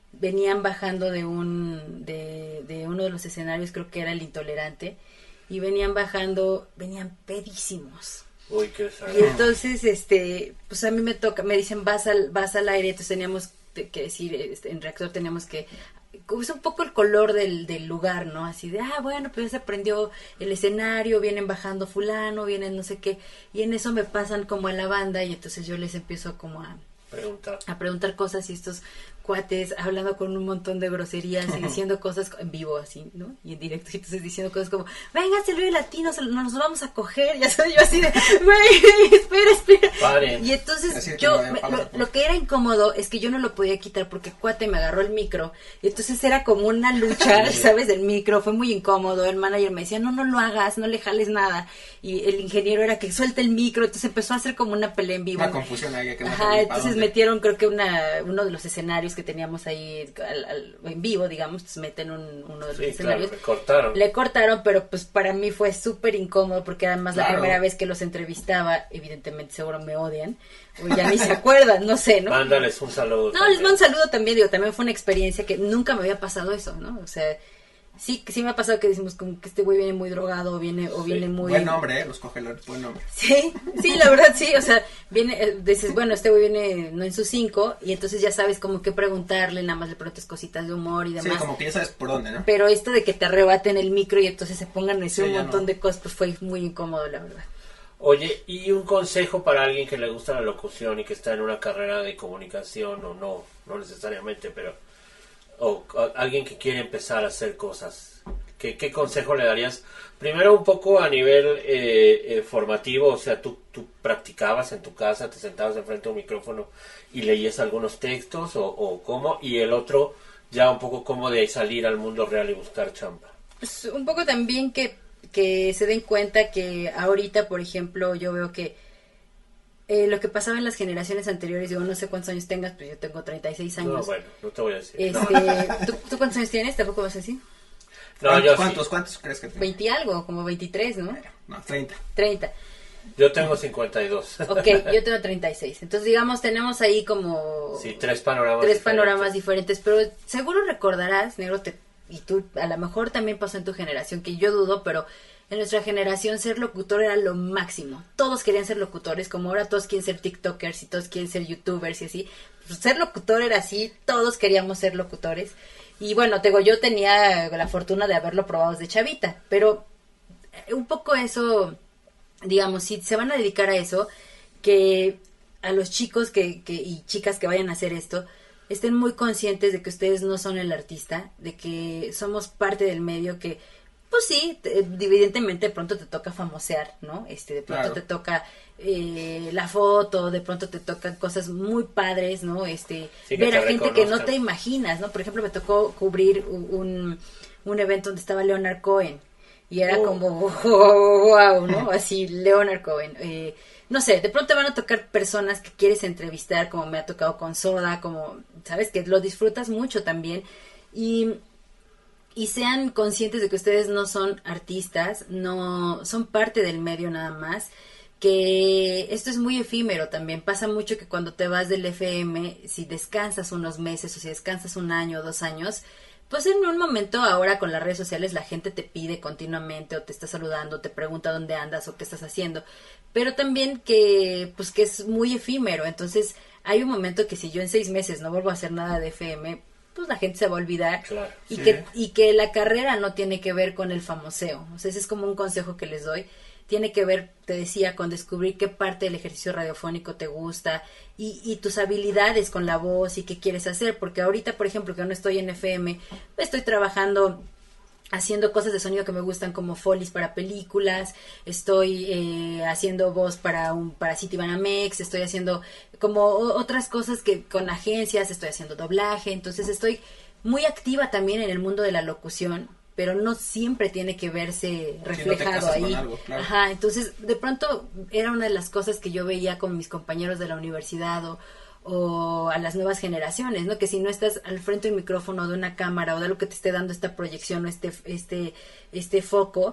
venían bajando de un de, de uno de los escenarios, creo que era El Intolerante, y venían bajando, venían pedísimos. Uy, qué Y entonces, este, pues a mí me toca, me dicen, vas al, vas al aire, entonces teníamos que decir, este, en reactor teníamos que, es un poco el color del, del lugar, ¿no? Así de, ah, bueno, pues ya se prendió el escenario, vienen bajando fulano, vienen no sé qué, y en eso me pasan como a la banda, y entonces yo les empiezo como a preguntar, a preguntar cosas, y estos cuates hablando con un montón de groserías y diciendo cosas en vivo así, ¿no? Y en directo, y entonces diciendo cosas como, venga, el Vive Latino, se, nos vamos a coger, ya soy yo así de, güey, espera, espera. Paren. Y entonces yo, me, lo, lo que era incómodo es que yo no lo podía quitar porque el cuate me agarró el micro, y entonces era como una lucha, ¿sabes? Del micro, fue muy incómodo, el manager me decía, no, no lo hagas, no le jales nada, y el ingeniero era que suelte el micro, entonces empezó a hacer como una pelea en vivo. Una confusión ahí. Que no Ajá, entonces metieron creo que una uno de los escenarios que teníamos ahí al, al, en vivo, digamos, pues meten un, uno de los sí, escenarios. Claro, le cortaron. Le cortaron, pero pues para mí fue súper incómodo porque además claro. La primera vez que los entrevistaba, evidentemente seguro me odian, o ya ni se acuerdan, no sé, ¿no? Mándales un saludo. No, también. les mando un saludo también, digo, también fue una experiencia que nunca me había pasado eso, ¿no? O sea, sí, sí me ha pasado que decimos como que este güey viene muy drogado o viene, o sí. viene muy... Buen nombre, ¿eh? Los cogelores, buen nombre. Sí, sí, la verdad sí, o sea, viene, eh, dices, bueno, este güey viene no en sus cinco, y entonces ya sabes como qué preguntarle, nada más le preguntas cositas de humor y demás. Sí, como que ya sabes por dónde, ¿no? Pero esto de que te arrebaten el micro y entonces se pongan a decir Sí, un montón no. de cosas, pues fue muy incómodo, la verdad. Oye, y un consejo para alguien que le gusta la locución y que está en una carrera de comunicación, o no, no necesariamente, pero... o a, alguien que quiere empezar a hacer cosas, ¿qué, qué consejo le darías? Primero un poco a nivel eh, eh, formativo, o sea, tú, tú practicabas en tu casa, te sentabas enfrente de un micrófono y leías algunos textos, o, o cómo, y el otro ya un poco cómo de salir al mundo real y buscar chamba. Pues un poco también que, que se den cuenta que ahorita, por ejemplo, yo veo que Eh, lo que pasaba en las generaciones anteriores, digo, no sé cuántos años tengas, pero yo tengo treinta y seis años. No, bueno, no te voy a decir. Este, ¿tú, ¿Tú cuántos años tienes? ¿Tampoco vas a decir? No, ¿Cuántos, yo ¿cuántos, sí. ¿Cuántos crees que tengo? veinte algo, como veintitrés, ¿no? No, treinta. treinta. Yo tengo cincuenta y dos. Ok, yo tengo treinta y seis. Entonces, digamos, tenemos ahí como... Sí, tres panoramas Tres diferentes. panoramas diferentes, pero seguro recordarás, negro, te, y tú, a lo mejor también pasó en tu generación, que yo dudo, pero... En nuestra generación ser locutor era lo máximo. Todos querían ser locutores, como ahora todos quieren ser tiktokers y todos quieren ser youtubers y así. Pues ser locutor era así, todos queríamos ser locutores. Y bueno, te digo, yo tenía la fortuna de haberlo probado desde chavita, pero un poco eso, digamos, si se van a dedicar a eso, que a los chicos que, que y chicas que vayan a hacer esto, estén muy conscientes de que ustedes no son el artista, de que somos parte del medio, que pues sí, te, evidentemente de pronto te toca famosear, ¿no? Este, de pronto Claro. te toca eh, la foto, de pronto te tocan cosas muy padres, ¿no? Este, Sí, que ver te a gente que no reconozcan. te imaginas, ¿no? Por ejemplo, me tocó cubrir un, un evento donde estaba Leonard Cohen y era Oh. como wow, ¿no? Así, Leonard Cohen. Eh, no sé, de pronto van a tocar personas que quieres entrevistar, como me ha tocado con Soda, como, ¿sabes? Que lo disfrutas mucho también. Y... Y sean conscientes de que ustedes no son artistas, no son parte del medio nada más, que esto es muy efímero también. Pasa mucho que cuando te vas del F M, si descansas unos meses o si descansas un año o dos años, pues en un momento ahora con las redes sociales la gente te pide continuamente o te está saludando, te pregunta dónde andas o qué estás haciendo. Pero también que, pues que es muy efímero. Entonces hay un momento que si yo en seis meses no vuelvo a hacer nada de F M, pues la gente se va a olvidar. Claro, y sí. que y que la carrera no tiene que ver con el famoseo. O sea, ese es como un consejo que les doy. Tiene que ver, te decía, con descubrir qué parte del ejercicio radiofónico te gusta y, y tus habilidades con la voz y qué quieres hacer. Porque ahorita, por ejemplo, que no estoy en F M, estoy trabajando haciendo cosas de sonido que me gustan como folies para películas, estoy eh, haciendo voz para un para Citibanamex, estoy haciendo como o- otras cosas que con agencias, estoy haciendo doblaje, entonces estoy muy activa también en el mundo de la locución, pero no siempre tiene que verse reflejado casas con ahí. algo, claro. Ajá, entonces de pronto era una de las cosas que yo veía con mis compañeros de la universidad o o a las nuevas generaciones, ¿no? Que si no estás al frente del micrófono de una cámara o de algo que te esté dando esta proyección o este este este foco,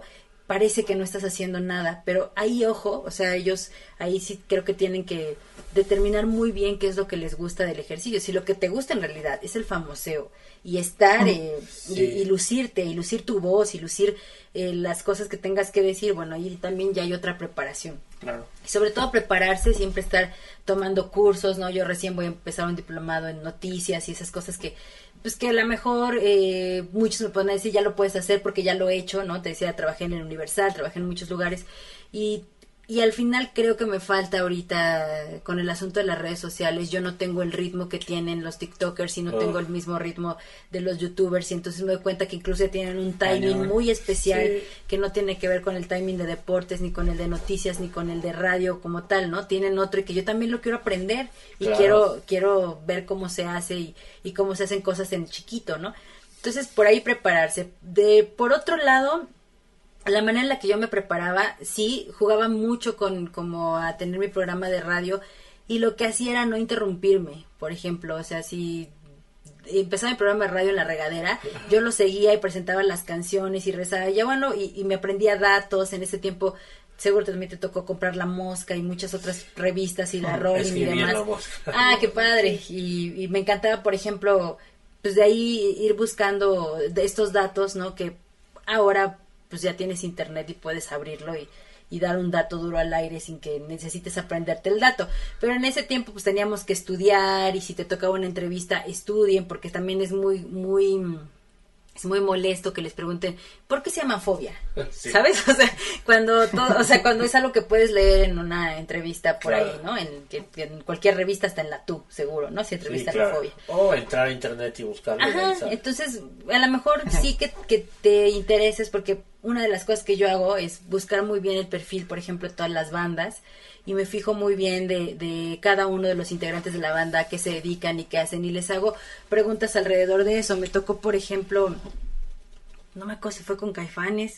parece que no estás haciendo nada, pero ahí ojo, o sea, ellos ahí sí creo que tienen que determinar muy bien qué es lo que les gusta del ejercicio, si lo que te gusta en realidad es el famoseo y estar eh, sí. y, y lucirte, y lucir tu voz y lucir eh, las cosas que tengas que decir, bueno, ahí también ya hay otra preparación. Claro. Y sobre todo prepararse, siempre estar tomando cursos, ¿no? Yo recién voy a empezar un diplomado en noticias y esas cosas que pues que a lo mejor eh, muchos me pueden decir, ya lo puedes hacer porque ya lo he hecho, ¿no? Te decía, trabajé en el Universal, trabajé en muchos lugares y, y al final creo que me falta ahorita con el asunto de las redes sociales, yo no tengo el ritmo que tienen los TikTokers y no oh. tengo el mismo ritmo de los YouTubers y entonces me doy cuenta que incluso tienen un timing Año. muy especial sí. que no tiene que ver con el timing de deportes, ni con el de noticias, ni con el de radio como tal, ¿no? Tienen otro y que yo también lo quiero aprender y claro. quiero quiero ver cómo se hace y, y cómo se hacen cosas en chiquito, ¿no? Entonces, por ahí prepararse. De por otro lado, la manera en la que yo me preparaba, sí, jugaba mucho con como a tener mi programa de radio y lo que hacía era no interrumpirme, por ejemplo, o sea, si empezaba mi programa de radio en la regadera, yo lo seguía y presentaba las canciones y rezaba, ya bueno, y, y me aprendía datos en ese tiempo. Seguro también te tocó comprar La Mosca y muchas otras revistas y la Rolling y demás. Ah, qué padre. Y, y me encantaba, por ejemplo, pues de ahí ir buscando de estos datos, ¿no? Que ahora pues ya tienes internet y puedes abrirlo y, y dar un dato duro al aire sin que necesites aprenderte el dato. Pero en ese tiempo pues teníamos que estudiar y si te tocaba una entrevista, estudien porque también es muy, muy... Es muy molesto que les pregunten, ¿por qué se llama fobia? Sí. ¿Sabes? O sea, cuando todo, o sea, cuando es algo que puedes leer en una entrevista por claro. ahí, ¿no? En, en cualquier revista, hasta en la Tú, seguro, ¿no? Si entrevistan sí, claro. la fobia. O entrar a internet y buscarlo. Ajá, entonces, a lo mejor sí que, que te intereses, porque una de las cosas que yo hago es buscar muy bien el perfil, por ejemplo, de todas las bandas, y me fijo muy bien de, de cada uno de los integrantes de la banda, a qué se dedican y qué hacen, y les hago preguntas alrededor de eso. Me tocó, por ejemplo, no me acuerdo si fue con Caifanes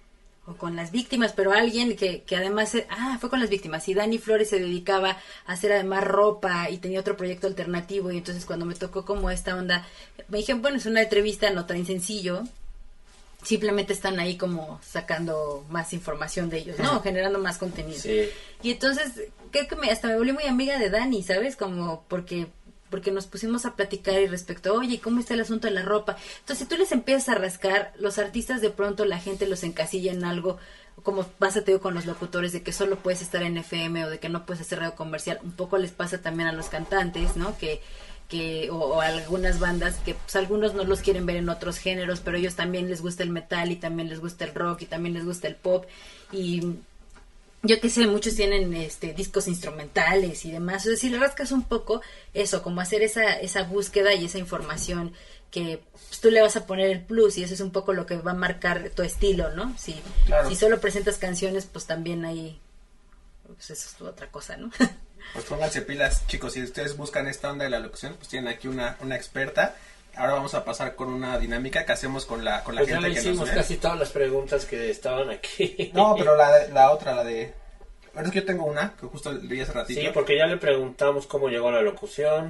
o con Las Víctimas, pero alguien que, que además, ah, fue con Las Víctimas, y Dani Flores se dedicaba a hacer además ropa y tenía otro proyecto alternativo, y entonces cuando me tocó como esta onda, me dijeron, bueno, es una entrevista, no tan sencillo, simplemente están ahí como sacando más información de ellos, ¿no? Generando más contenido. Sí. Y entonces, creo que me, hasta me volví muy amiga de Dani, ¿sabes? Como porque porque nos pusimos a platicar y respecto, oye, ¿cómo está el asunto de la ropa? Entonces, si tú les empiezas a rascar, los artistas de pronto la gente los encasilla en algo, como pasa, te digo, con los locutores, de que solo puedes estar en F M o de que no puedes hacer radio comercial. Un poco les pasa también a los cantantes, ¿no? Que que o, o algunas bandas que pues algunos no los quieren ver en otros géneros, pero ellos también les gusta el metal y también les gusta el rock y también les gusta el pop y yo qué sé, muchos tienen este discos instrumentales y demás. O sea, si le rascas un poco eso, como hacer esa esa búsqueda y esa información que pues, tú le vas a poner el plus y eso es un poco lo que va a marcar tu estilo, ¿no? Si claro. si solo presentas canciones, pues también ahí pues eso es otra cosa, ¿no? Pues pónganse pilas, chicos, si ustedes buscan esta onda de la locución, pues tienen aquí una, una experta. Ahora vamos a pasar con una dinámica que hacemos con la, con la pues gente ya que hicimos nos ve. Casi todas las preguntas que estaban aquí. No, pero la, la otra, la de... Bueno, es que yo tengo una, que justo leí hace ratito. Sí, porque ya le preguntamos cómo llegó a la locución,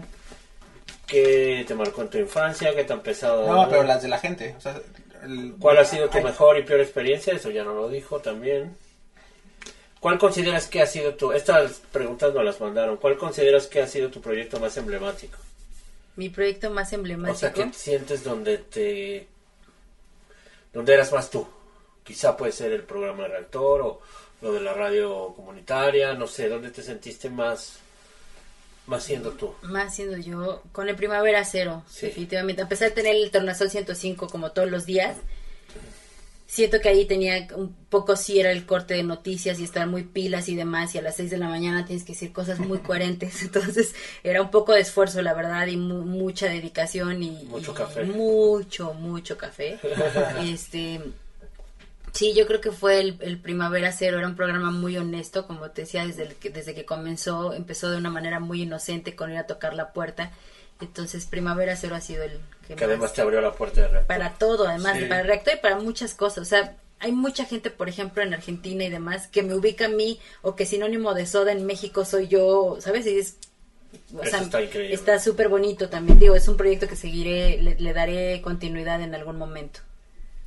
qué te marcó en tu infancia, qué te ha empezado... No, pero las de la gente, o sea... El... ¿Cuál ha sido tu Ay. mejor y peor experiencia? Eso ya no lo dijo también. ¿Cuál consideras que ha sido tu... Estas preguntas nos las mandaron. ¿Cuál consideras que ha sido tu proyecto más emblemático? Mi proyecto más emblemático. O sea, ¿qué sientes donde te... donde eras más tú? Quizá puede ser el programa de Reactor o lo de la radio comunitaria, no sé, ¿dónde te sentiste más... más siendo tú? Más siendo yo, con el Primavera Cero, sí. Definitivamente. A pesar de tener el Tornasol ciento cinco como todos los días... Siento que ahí tenía un poco, sí era el corte de noticias y estar muy pilas y demás, y a las seis de la mañana tienes que decir cosas muy coherentes, entonces era un poco de esfuerzo, la verdad, y mu- mucha dedicación y... Mucho y café. Mucho, mucho café. este... Sí, yo creo que fue el, el Primavera Cero, era un programa muy honesto, como te decía, desde, el que, desde que comenzó, empezó de una manera muy inocente con ir a tocar la puerta. Entonces Primavera Cero ha sido el que, que más, además te abrió la puerta de Reactor. para todo, además, Sí. para Reactor y para muchas cosas. O sea, hay mucha gente, por ejemplo, en Argentina y demás, que me ubica a mí, o que sinónimo de Soda en México soy yo, ¿sabes? Y es, o Eso sea, está increíble. está súper bonito también. Digo, es un proyecto que seguiré, le, le daré continuidad en algún momento.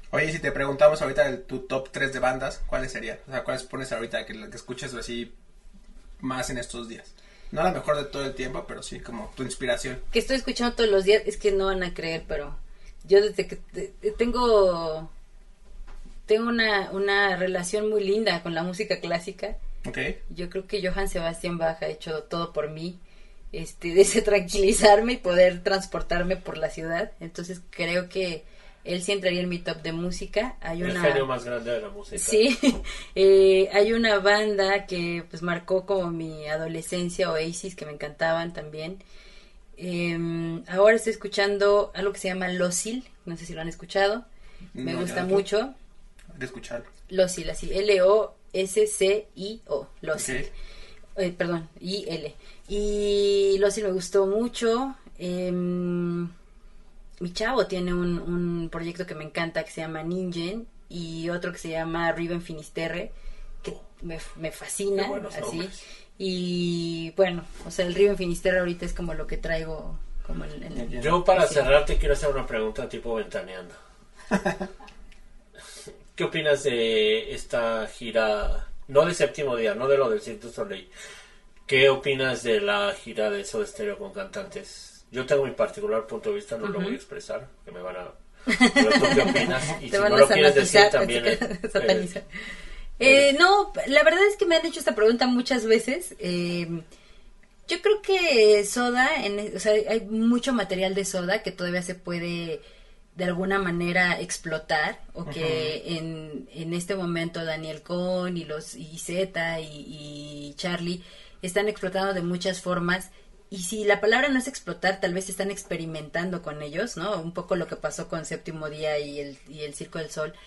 Oye, si te preguntamos ahorita el, tu top tres de bandas, ¿cuáles serían? O sea, ¿cuáles pones ahorita que, que escuches así más en estos días? No la mejor de todo el tiempo, pero sí como tu inspiración. Que estoy escuchando todos los días, es que no van a creer, pero yo desde que te, tengo tengo una, una relación muy linda con la música clásica. Okay. Yo creo que Johann Sebastian Bach ha hecho todo por mí, este, desde tranquilizarme y poder transportarme por la ciudad. Entonces creo que él sí entraría en mi top de música. Hay el una... genio más grande de la música. Sí, eh, hay una banda que pues marcó como mi adolescencia, Oasis, que me encantaban también. Eh, ahora estoy escuchando algo que se llama Loscil, no sé si lo han escuchado, me No, gusta no, mucho. De escucharlo. Loscil, así, L O S C I O, Loscil. Okay. Eh, perdón, I L. Y Loscil me gustó mucho. Eh, mi chavo tiene un, un proyecto que me encanta que se llama Ningen y otro que se llama Riven Finisterre, que me, me fascina, Qué buenos así. nombres. Y bueno, o sea, el Riven Finisterre ahorita es como lo que traigo como en, en el... Yo para sí. cerrar te quiero hacer una pregunta tipo ventaneando. ¿Qué opinas de esta gira, no de Séptimo Día, no de lo del Cirque du Soleil? ¿Qué opinas de la gira de Soda Stereo con cantantes? Yo tengo mi particular punto de vista, no uh-huh. lo voy a expresar, que me van a... Pero tú qué opinas, y te si van no a lo quieres decir sanatizar, también... Eh, satanizar. Eh, eh, no, la verdad es que me han hecho esta pregunta muchas veces. Eh, yo creo que Soda, en, o sea, hay mucho material de Soda que todavía se puede de alguna manera explotar, o que uh-huh. en, en este momento Daniel Cohn y los y Zeta y, y Charlie están explotando de muchas formas. Y si la palabra no es explotar, tal vez están experimentando con ellos, ¿no? Un poco lo que pasó con Séptimo Día y el, y el Circo del Sol.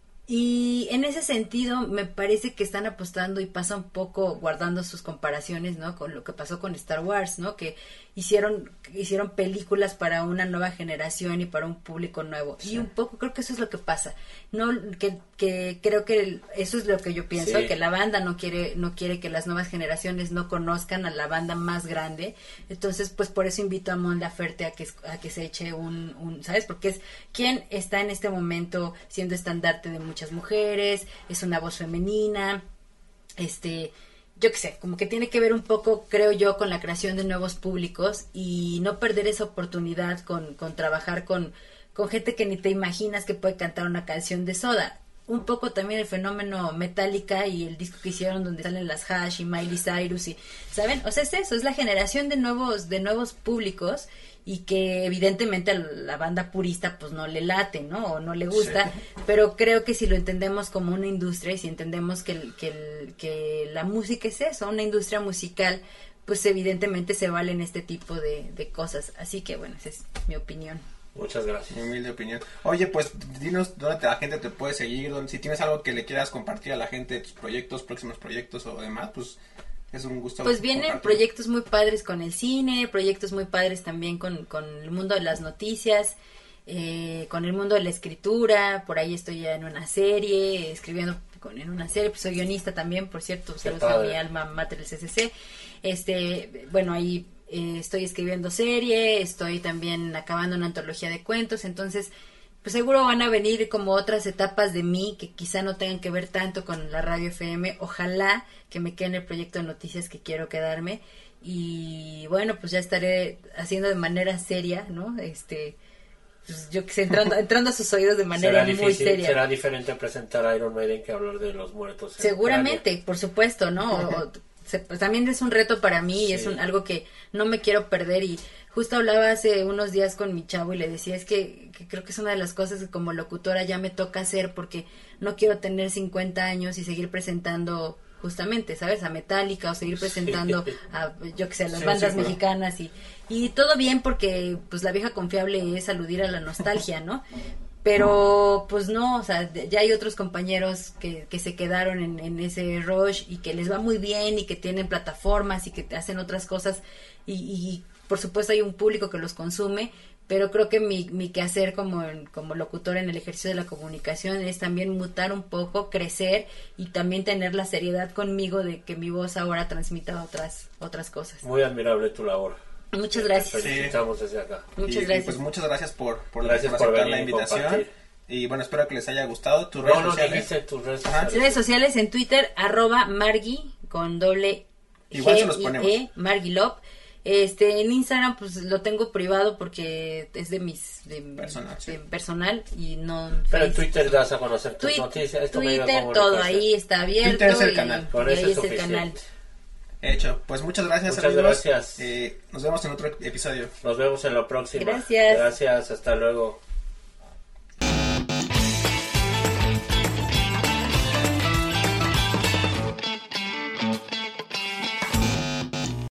Y en ese sentido me parece que están apostando y pasa un poco guardando sus comparaciones, ¿no? Con lo que pasó con Star Wars, ¿no? Que hicieron hicieron películas para una nueva generación y para un público nuevo. Sí. Y un poco creo que eso es lo que pasa. No que, que creo que el, eso es lo que yo pienso, sí. que la banda no quiere no quiere que las nuevas generaciones no conozcan a la banda más grande. Entonces, pues por eso invito a Mon Laferte a que a que se eche un, un ¿sabes? Porque es quien está en este momento siendo estandarte de muchas mujeres, es una voz femenina, este, yo qué sé, como que tiene que ver un poco, creo yo, con la creación de nuevos públicos y no perder esa oportunidad con, con trabajar con, con gente que ni te imaginas que puede cantar una canción de Soda. Un poco también el fenómeno Metallica y el disco que hicieron donde salen las Hash y Miley Cyrus y, ¿saben? O sea, es eso, es la generación de nuevos, de nuevos públicos y que evidentemente a la banda purista pues no le late, ¿no? O no le gusta, sí. Pero creo que si lo entendemos como una industria y si entendemos que, el, que, el, que la música es eso, una industria musical, pues evidentemente se valen este tipo de, de cosas. Así que bueno, esa es mi opinión. Muchas gracias. Mi humilde opinión. Oye, pues dinos dónde la gente te puede seguir, dónde, si tienes algo que le quieras compartir a la gente de tus proyectos, próximos proyectos o demás, pues es un gusto. Pues vienen proyectos muy padres con el cine, proyectos muy padres también con, con el mundo de las noticias, eh, con el mundo de la escritura. Por ahí estoy ya en una serie, escribiendo con, en una serie, pues soy guionista también, por cierto, saludos a mi alma mater, el C C C. Este, bueno, ahí eh, estoy escribiendo serie, estoy también acabando una antología de cuentos, entonces pues seguro van a venir como otras etapas de mí que quizá no tengan que ver tanto con la radio F M. Ojalá que me quede en el proyecto de noticias que quiero quedarme. Y bueno, pues ya estaré haciendo de manera seria, ¿no? Este, pues yo que sé, entrando, entrando a sus oídos de manera será muy difícil, seria. Será diferente presentar a Iron Maiden que hablar de los muertos. Seguramente, Ucrania. Por supuesto, ¿no? O, se, pues también es un reto para mí, sí. Y es un, algo que no me quiero perder. Y justo hablaba hace unos días con mi chavo y le decía, es que, que creo que es una de las cosas que como locutora ya me toca hacer porque no quiero tener cincuenta años y seguir presentando justamente, ¿sabes? A Metallica o seguir presentando sí. a, yo que sé, a las sí, bandas sí, mexicanas y, y todo bien porque pues la vieja confiable es aludir a la nostalgia, ¿no? Pero pues no, o sea, ya hay otros compañeros que, que se quedaron en, en ese rush y que les va muy bien y que tienen plataformas y que hacen otras cosas y, y por supuesto hay un público que los consume, pero creo que mi, mi quehacer como, como locutora en el ejercicio de la comunicación es también mutar un poco, crecer y también tener la seriedad conmigo de que mi voz ahora transmita otras, otras cosas. Muy admirable tu labor. Muchas gracias. Te felicitamos sí. desde acá. Muchas y, gracias. Y pues muchas gracias por, por, gracias por por aceptar venir la invitación. Y bueno, espero que les haya gustado. ¿Tus No, redes no, sociales? dijiste tus redes Ajá. sociales. Redes sociales en Twitter, arroba Margui, con doble Igual se los G I ponemos. E, Margui Love. Este, en Instagram pues lo tengo privado porque es de mis de, Personal, sí. de personal y no Pero en Facebook. Twitter das a conocer tus Twi- noticias. Es tu medio de Twitter, comunicación. todo ahí está abierto. Twitter es el y- canal. Con y eso ahí es es el suficiente. canal. Hecho. Pues muchas gracias, Muchas amigos. gracias. Eh, nos vemos en otro episodio. Nos vemos en la próxima. Gracias. Gracias, hasta luego.